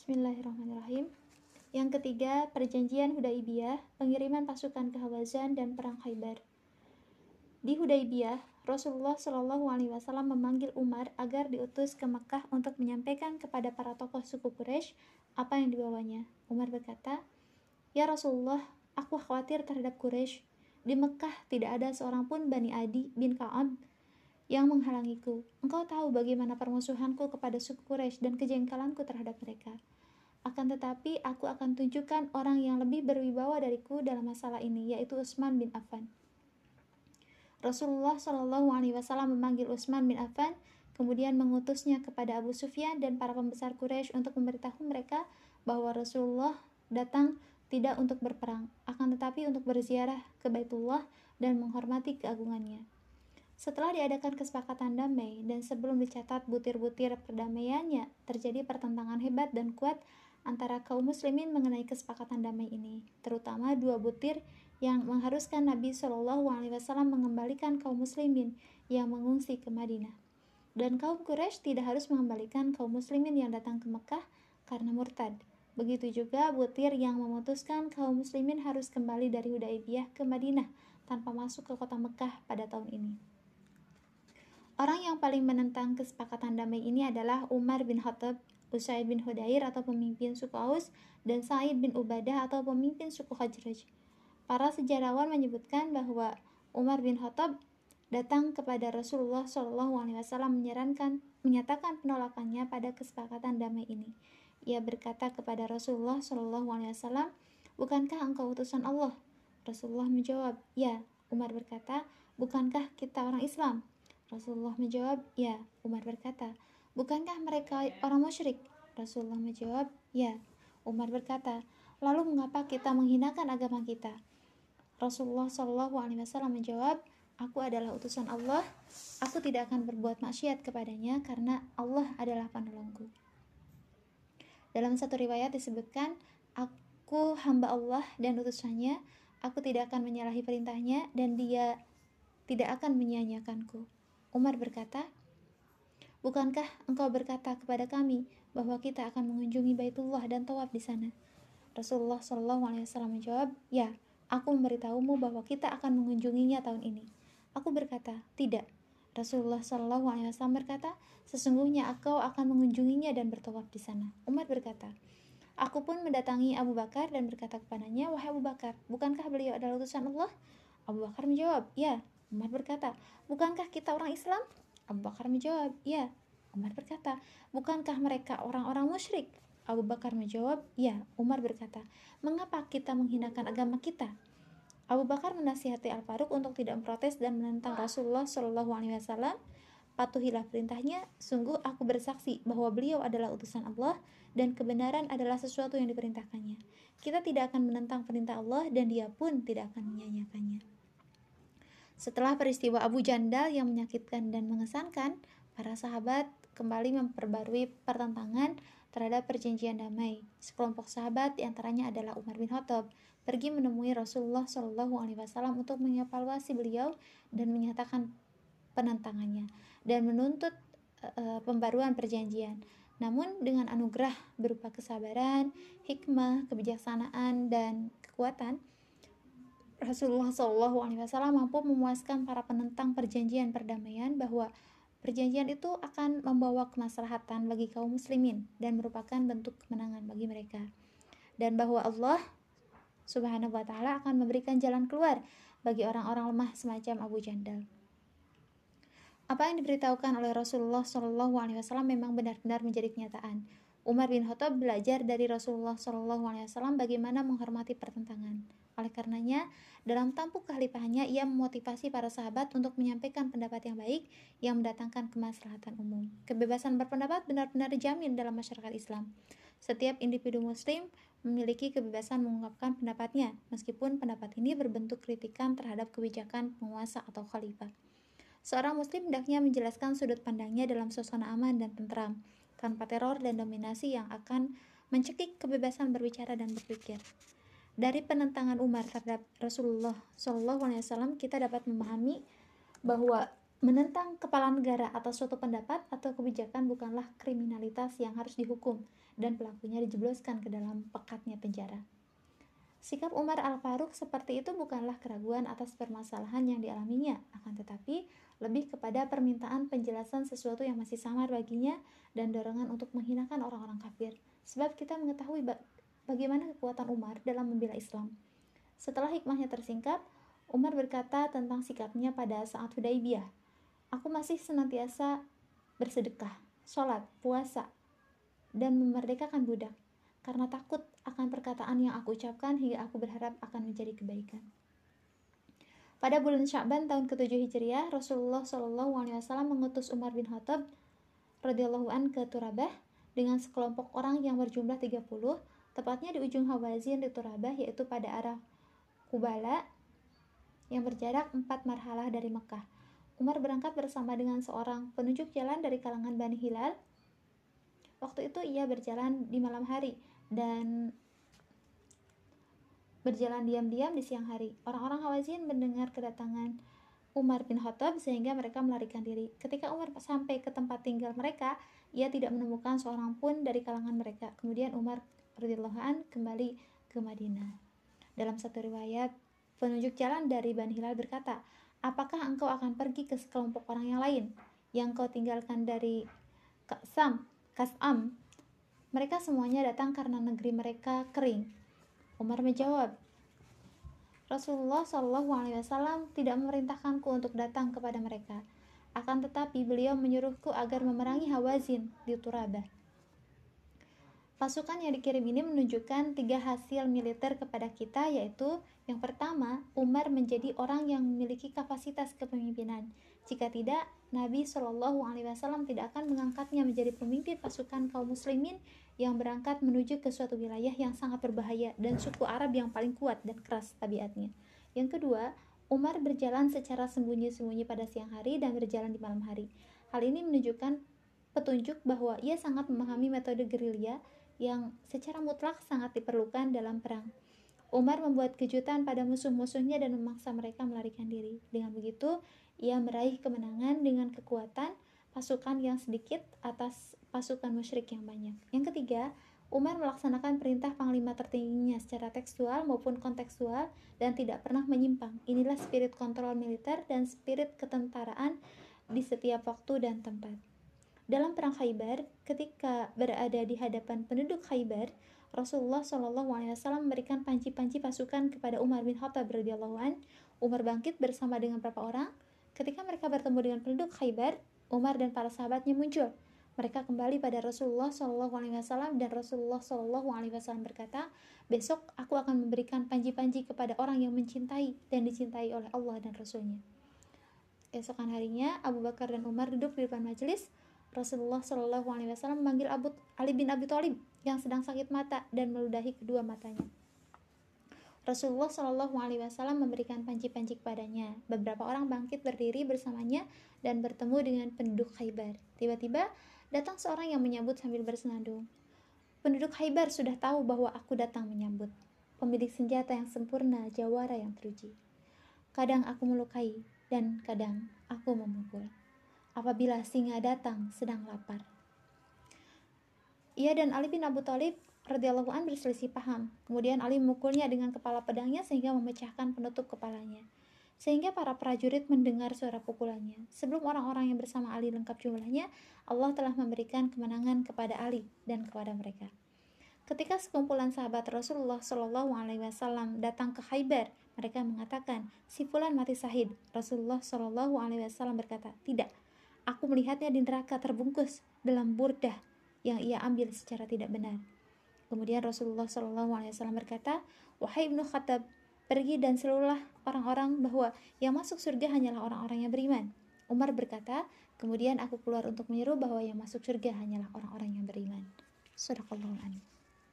Bismillahirrahmanirrahim. Yang ketiga, perjanjian Hudaibiyah, pengiriman pasukan ke Hawazan dan perang Khaybar. Di Hudaibiyah, Rasulullah Shallallahu Alaihi Wasallam memanggil Umar agar diutus ke Mekah untuk menyampaikan kepada para tokoh suku Quraisy apa yang dibawanya. Umar berkata, "Ya Rasulullah, aku khawatir terhadap Quraisy. Di Mekah tidak ada seorang pun Bani Adi bin Ka'ab yang menghalangiku. Engkau tahu bagaimana permusuhanku kepada suku Quraisy dan kejengkelanku terhadap mereka. Akan tetapi aku akan tunjukkan orang yang lebih berwibawa dariku dalam masalah ini, yaitu Utsman bin Affan." Rasulullah Shallallahu Alaihi Wasallam memanggil Utsman bin Affan, kemudian mengutusnya kepada Abu Sufyan dan para pembesar Quraisy untuk memberitahu mereka bahwa Rasulullah datang tidak untuk berperang, akan tetapi untuk berziarah ke Baitullah dan menghormati keagungannya. Setelah diadakan kesepakatan damai dan sebelum dicatat butir-butir perdamaiannya, terjadi pertentangan hebat dan kuat antara kaum muslimin mengenai kesepakatan damai ini, terutama dua butir yang mengharuskan Nabi Shallallahu Alaihi Wasallam mengembalikan kaum muslimin yang mengungsi ke Madinah, dan kaum Quraisy tidak harus mengembalikan kaum muslimin yang datang ke Mekah karena murtad. Begitu juga butir yang memutuskan kaum muslimin harus kembali dari Hudaibiyah ke Madinah tanpa masuk ke kota Mekah pada tahun ini. Orang yang paling menentang kesepakatan damai ini adalah Umar bin Khattab, Usaid bin Hudair atau pemimpin suku Aus, dan Sa'id bin Ubadah atau pemimpin suku Khazraj. Para sejarawan menyebutkan bahwa Umar bin Khattab datang kepada Rasulullah Shallallahu Alaihi Wasallam menyatakan penolakannya pada kesepakatan damai ini. Ia berkata kepada Rasulullah Shallallahu Alaihi Wasallam, "Bukankah engkau utusan Allah?" Rasulullah menjawab, "Ya." Umar berkata, "Bukankah kita orang Islam?" Rasulullah menjawab, "Ya." Umar berkata, "Bukankah mereka orang musyrik?" Rasulullah menjawab, "Ya." Umar berkata, "Lalu mengapa kita menghinakan agama kita?" Rasulullah Shallallahu Alaihi Wasallam menjawab, "Aku adalah utusan Allah. Aku tidak akan berbuat maksiat kepadanya karena Allah adalah penolongku." Dalam satu riwayat disebutkan, "Aku hamba Allah dan utusannya. Aku tidak akan menyalahi perintahnya dan Dia tidak akan menyia-nyiakanku." Umar berkata, "Bukankah engkau berkata kepada kami bahwa kita akan mengunjungi Baitullah dan tawaf di sana?" Rasulullah Shallallahu Alaihi Wasallam menjawab, "Ya, aku memberitahumu bahwa kita akan mengunjunginya tahun ini." Aku berkata, "Tidak." Rasulullah Shallallahu Alaihi Wasallam berkata, "Sesungguhnya engkau akan mengunjunginya dan bertawaf di sana." Umar berkata, "Aku pun mendatangi Abu Bakar dan berkata kepadanya, 'Wahai Abu Bakar, bukankah beliau adalah utusan Allah?' Abu Bakar menjawab, 'Ya.' Umar berkata, 'Bukankah kita orang Islam?' Abu Bakar menjawab, 'Ya.' Umar berkata, 'Bukankah mereka orang-orang musyrik?' Abu Bakar menjawab, 'Ya.' Umar berkata, 'Mengapa kita menghinakan agama kita?' Abu Bakar menasihati Al-Faruq untuk tidak memprotes dan menentang Rasulullah Shallallahu Alaihi Wasallam. "Patuhilah perintahnya, sungguh aku bersaksi bahwa beliau adalah utusan Allah dan kebenaran adalah sesuatu yang diperintahkannya. Kita tidak akan menentang perintah Allah dan Dia pun tidak akan menyia-nyiakannya." Setelah peristiwa Abu Jandal yang menyakitkan dan mengesankan, para sahabat kembali memperbarui pertentangan terhadap perjanjian damai. Sekelompok sahabat, diantaranya adalah Umar bin Khattab, pergi menemui Rasulullah Shallallahu Alaihi Wasallam untuk mengevaluasi beliau dan menyatakan penentangannya dan menuntut pembaruan perjanjian. Namun dengan anugerah berupa kesabaran, hikmah, kebijaksanaan, dan kekuatan, Rasulullah Shallallahu Alaihi Wasallam mampu memuaskan para penentang perjanjian perdamaian bahwa perjanjian itu akan membawa kemaslahatan bagi kaum muslimin dan merupakan bentuk kemenangan bagi mereka, dan bahwa Allah Subhanahu wa Ta'ala akan memberikan jalan keluar bagi orang-orang lemah semacam Abu Jandal. Apa yang diberitahukan oleh Rasulullah Shallallahu Alaihi Wasallam memang benar-benar menjadi kenyataan. Umar bin Khattab belajar dari Rasulullah Shallallahu Alaihi Wasallam bagaimana menghormati pertentangan. Oleh karenanya, dalam tampuk kekhalifahannya, ia memotivasi para sahabat untuk menyampaikan pendapat yang baik yang mendatangkan kemaslahatan umum. Kebebasan berpendapat benar-benar dijamin dalam masyarakat Islam. Setiap individu muslim memiliki kebebasan mengungkapkan pendapatnya, meskipun pendapat ini berbentuk kritikan terhadap kebijakan penguasa atau khalifah. Seorang muslim hendaknya menjelaskan sudut pandangnya dalam suasana aman dan tentram, tanpa teror dan dominasi yang akan mencekik kebebasan berbicara dan berpikir. Dari penentangan Umar terhadap Rasulullah Shallallahu Alaihi Wasallam, kita dapat memahami bahwa Menentang kepala negara atau suatu pendapat atau kebijakan bukanlah kriminalitas yang harus dihukum dan pelakunya dijebloskan ke dalam pekatnya penjara. Sikap Umar Al-Faruq seperti itu bukanlah keraguan atas permasalahan yang dialaminya, akan tetapi lebih kepada permintaan penjelasan sesuatu yang masih samar baginya dan dorongan untuk menghinakan orang-orang kafir. Sebab kita mengetahui bagaimana kekuatan Umar dalam membela Islam. Setelah hikmahnya tersingkap, Umar berkata tentang sikapnya pada saat Hudaibiyah, "Aku masih senantiasa bersedekah, sholat, puasa, dan memerdekakan budak, karena takut akan perkataan yang aku ucapkan hingga aku berharap akan menjadi kebaikan." Pada bulan Sya'ban tahun ke-7 Hijriah, Rasulullah SAW mengutus Umar bin Khattab radhiyallahu an ke Turabah dengan sekelompok orang yang berjumlah 30, tepatnya di ujung Hawazin di Turabah, yaitu pada arah Kubala yang berjarak 4 marhalah dari Mekah. Umar berangkat bersama dengan seorang penunjuk jalan dari kalangan Bani Hilal. Waktu itu ia berjalan di malam hari dan berjalan diam-diam di siang hari. Orang-orang Hawazin mendengar kedatangan Umar bin Khattab sehingga mereka melarikan diri. Ketika Umar sampai ke tempat tinggal mereka, ia tidak menemukan seorang pun dari kalangan mereka. Kemudian Umar radhiyallahu an kembali ke Madinah. Dalam satu riwayat, penunjuk jalan dari Bani Hilal berkata, "Apakah engkau akan pergi ke sekelompok orang yang lain yang kau tinggalkan dari Kas'am? Mereka semuanya datang karena negeri mereka kering." Umar menjawab, "Rasulullah SAW tidak memerintahkanku untuk datang kepada mereka. Akan tetapi beliau menyuruhku agar memerangi Hawazin di Turabah." Pasukan yang dikirim ini menunjukkan 3 hasil militer kepada kita, yaitu yang pertama, Umar menjadi orang yang memiliki kapasitas kepemimpinan. Jika tidak, Nabi SAW tidak akan mengangkatnya menjadi pemimpin pasukan kaum muslimin yang berangkat menuju ke suatu wilayah yang sangat berbahaya dan suku Arab yang paling kuat dan keras tabiatnya. Yang kedua, Umar berjalan secara sembunyi-sembunyi pada siang hari dan berjalan di malam hari. Hal ini menunjukkan petunjuk bahwa ia sangat memahami metode gerilya yang secara mutlak sangat diperlukan dalam perang. Umar membuat kejutan pada musuh-musuhnya dan memaksa mereka melarikan diri. Dengan begitu, ia meraih kemenangan dengan kekuatan pasukan yang sedikit atas pasukan musyrik yang banyak. Yang ketiga, Umar melaksanakan perintah panglima tertingginya secara tekstual maupun kontekstual dan tidak pernah menyimpang. Inilah spirit kontrol militer dan spirit ketentaraan di setiap waktu dan tempat. Dalam perang Khaybar, ketika berada di hadapan penduduk Khaybar, Rasulullah SAW memberikan panci-panci pasukan kepada Umar bin Khattab radhiyallahu an. Umar bangkit bersama dengan beberapa orang. Ketika mereka bertemu dengan penduduk Khaybar, Umar dan para sahabatnya muncul. Mereka kembali pada Rasulullah SAW dan Rasulullah SAW berkata, "Besok aku akan memberikan panci-panci kepada orang yang mencintai dan dicintai oleh Allah dan Rasulnya." Esokan harinya, Abu Bakar dan Umar duduk di depan majelis. Rasulullah SAW memanggil Ali bin Abi Thalib yang sedang sakit mata dan meludahi kedua matanya. Rasulullah SAW memberikan panci-panci kepadanya. Beberapa orang bangkit berdiri bersamanya dan bertemu dengan penduduk Khaybar. Tiba-tiba datang seorang yang menyambut sambil bersenandung. "Penduduk Khaybar sudah tahu bahwa aku datang menyambut. Pemilik senjata yang sempurna, jawara yang teruji. Kadang aku melukai dan kadang aku memukul. Apabila singa datang sedang lapar." Ia dan Ali bin Abi Thalib radhiyallahu an berselisih paham. Kemudian Ali memukulnya dengan kepala pedangnya sehingga memecahkan penutup kepalanya. Sehingga para prajurit mendengar suara pukulannya. Sebelum orang-orang yang bersama Ali lengkap jumlahnya, Allah telah memberikan kemenangan kepada Ali dan kepada mereka. Ketika sekumpulan sahabat Rasulullah SAW datang ke Khaybar, mereka mengatakan, "Si fulan mati syahid." Rasulullah SAW berkata, "Tidak, aku melihatnya di neraka terbungkus dalam burdah yang ia ambil secara tidak benar." Kemudian Rasulullah SAW berkata, "Wahai Ibnu Khattab, pergi dan seluruhlah orang-orang bahwa yang masuk surga hanyalah orang-orang yang beriman." Umar berkata, "Kemudian aku keluar untuk menyeru bahwa yang masuk surga hanyalah orang-orang yang beriman." Shadaqallahul Adzim.